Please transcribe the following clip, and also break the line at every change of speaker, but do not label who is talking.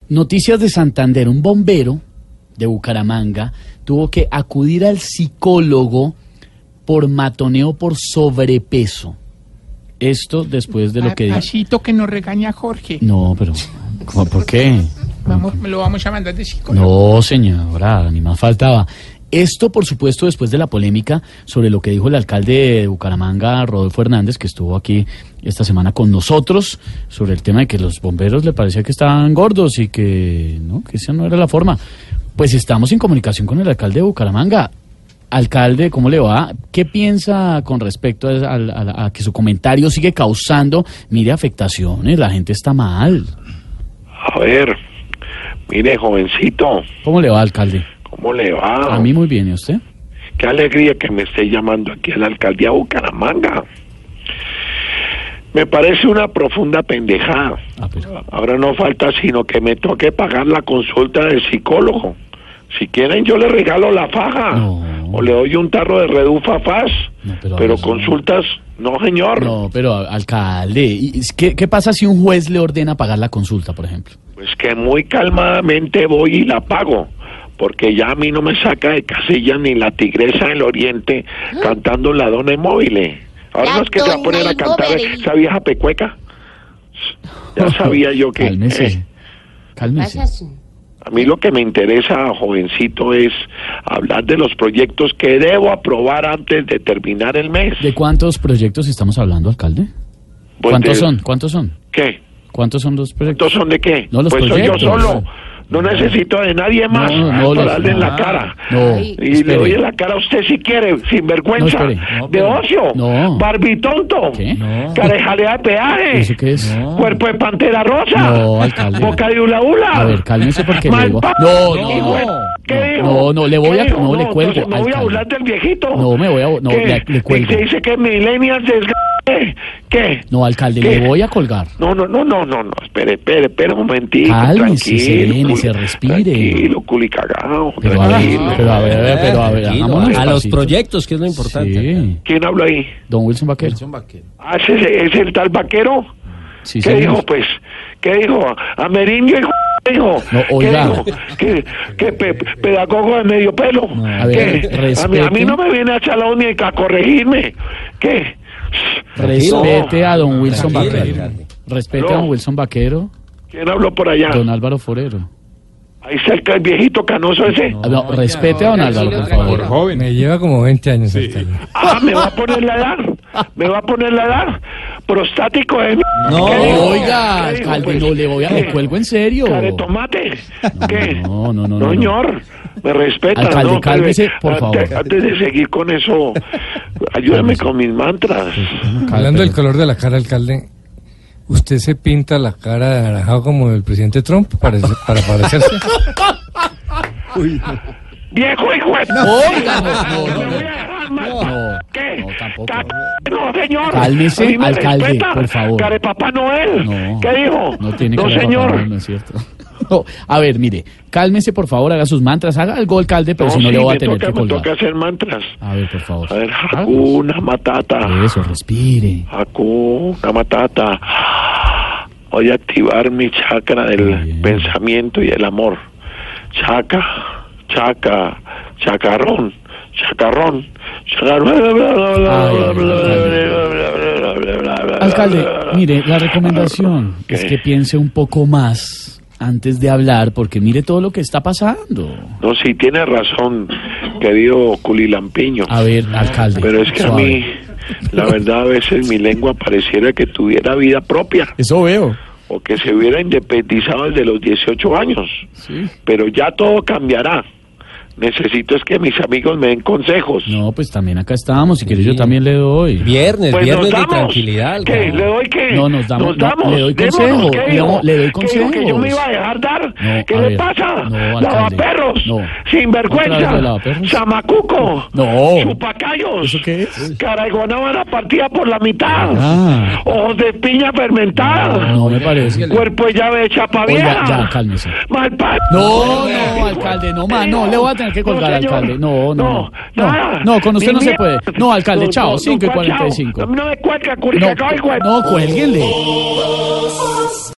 Noticias de Santander. Un bombero de Bucaramanga tuvo que acudir al psicólogo por matoneo por sobrepeso. Esto después de lo que...
Pasito que nos regaña Jorge.
No, pero... ¿por qué?
Lo vamos a mandar de psicólogo.
No, señora, ni más faltaba. Esto, por supuesto, después de la polémica sobre lo que dijo el alcalde de Bucaramanga, Rodolfo Hernández, que estuvo aquí esta semana con nosotros, sobre el tema de que los bomberos le parecía que estaban gordos y que no, que esa no era la forma. Pues estamos en comunicación con el alcalde de Bucaramanga. Alcalde, ¿cómo le va? ¿Qué piensa con respecto a que su comentario sigue causando, mire, afectaciones? La gente está mal.
A ver, mire, jovencito.
¿Cómo le va, alcalde?
¿Cómo le va?
A mí muy bien, ¿y usted?
Qué alegría que me esté llamando aquí a la alcaldía de Bucaramanga. Me parece una profunda pendejada. Ahora no falta sino que me toque pagar la consulta del psicólogo. Si quieren yo le regalo la faja.
No.
O le doy un tarro de Redufa Faz.
No,
pero consultas, no señor.
No, pero alcalde, ¿y qué pasa si un juez le ordena pagar la consulta, por ejemplo?
Pues que muy calmadamente voy y la pago. Porque ya a mí no me saca de casilla ni la tigresa del oriente cantando La Dona Inmóvil. Ahora no es que se va a poner a cantar esa vieja pecueca. Ya sabía yo que...
Cálmese.
A mí lo que me interesa, jovencito, es hablar de los proyectos que debo aprobar antes de terminar el mes.
¿De cuántos proyectos estamos hablando, alcalde?
Pues
¿Cuántos son?
¿Qué?
¿Cuántos son los proyectos?
¿Cuántos son de qué?
No, los
pues
proyectos.
Soy yo solo. No necesito de nadie más para darle en la cara.
No,
y
espere.
le doy en la cara a usted si quiere, sin vergüenza. De ocio.
No.
Barbitonto.
¿Qué? No.
Carejalea de peaje.
¿Eso qué es? No.
Cuerpo de pantera rosa.
No, alcalde.
Boca de hula hula.
A ver, cálmese porque le digo...
¿Qué dijo?
No, le voy a... No, le cuelgo,
entonces me voy a burlar del viejito.
No, me voy a... No, le cuelgo.
Se dice que millennials ¿Qué?
No, alcalde, le voy a colgar.
No, espere un momentito,
Cálmese, se respire.
Tranquilo, culicagado,
Pero a ver, hagámonos
a los
pasito.
proyectos, que es lo importante.
Sí.
¿Quién habla ahí?
Don Wilson Vaquero.
Ah, ¿es el tal Vaquero?
Sí,
¿Qué dijo, pues? ¿Qué dijo? Amerindio y dijo.
No, oiga.
¿Qué pedagogo de medio pelo?
No, a ver,
¿Qué? A mí no me viene a echar la uña y a corregirme. ¿Qué?
Respete a don Wilson
Tranquilo,
Vaquero.
alcalde.
Respete a don Wilson Vaquero.
¿Quién habló por allá?
Don Álvaro Forero.
Ahí está el viejito canoso ese.
No, respete a don Álvaro, por favor.
Joven.
Me lleva como 20 años. Alcalde.
¿me va a poner la edad? Prostático de...
No,
¿Qué dijo?
Oiga,
¿Qué dijo,
alcalde,
pues?
no le cuelgo en serio.
¿Care tomate? ¿Qué?
No.
Señor, me respeta.
Alcalde,
¿no?
cálmese, por favor.
Antes de seguir con eso, ayúdame con mis mantras.
Hablando del color de la cara, alcalde, ¿usted se pinta la cara de anaranjado como el presidente Trump para parecerse?
¡Viejo hijo de...
Oiga,
no. ¿Qué?
No, tampoco.
No, señor.
Cálmese,
A mí me
alcalde,
respeta.
por favor.
Care Papá Noel.
No.
¿Qué dijo?
No tiene
No,
cara de
señor.
Papá Noel, no es cierto. No, a ver, mire, cálmese, por favor, haga sus mantras, haga algo, alcalde, pero si no
sí,
le voy a
me
tener que
me
colgar.
toca hacer mantras.
A ver, por favor.
A ver, Hakuna Matata.
Eso, respire.
Hakuna Matata. Voy a activar mi chakra del
Bien.
pensamiento y el amor. Chacarrón.
Alcalde, mire, la recomendación es que piense un poco más antes de hablar, porque mire todo lo que está pasando.
No, sí, tiene razón, querido Culilampiño.
A ver, alcalde.
Pero es que
suave.
a mí, la verdad, a veces mi lengua pareciera que tuviera vida propia.
Eso veo.
O que se hubiera independizado desde los 18 años.
Sí.
Pero ya todo cambiará. Necesito es que mis amigos me den consejos.
No, pues también acá estamos, si quieres yo también le doy.
Viernes
Pues
de
nos damos.
tranquilidad.
¿Qué?
alcalde.
¿Le doy qué?
No, nos damos.
damos.
No, le doy
Démonos.
consejo.
¿Qué dijo?
Le doy
¿Qué dijo? ¿Que yo me
consejos.
iba a dejar dar?
No,
¿Qué
a
le
ver.
pasa?
No, alcalde.
Lavaperros.
No. ¿Otra vez de
Sinvergüenza.
lavaperros?
Chamacuco.
No.
Chupacayos.
¿Eso qué es?
Cara de guanábana partida por la mitad.
Ah.
Ojos de piña fermentada.
No me parece.
Cuerpo de llave de chapa
Oiga,
vieja.
ya, cálmese.
Malparido.
No, alcalde, no más, no, le voy a tener que colgar,
señor.
alcalde. No,
nada.
con usted
Ni
no se
mierda.
puede. No, alcalde, chao,
No,
5:45.
chao. No me cuelga,
No,
curica,
no, cuélguenle.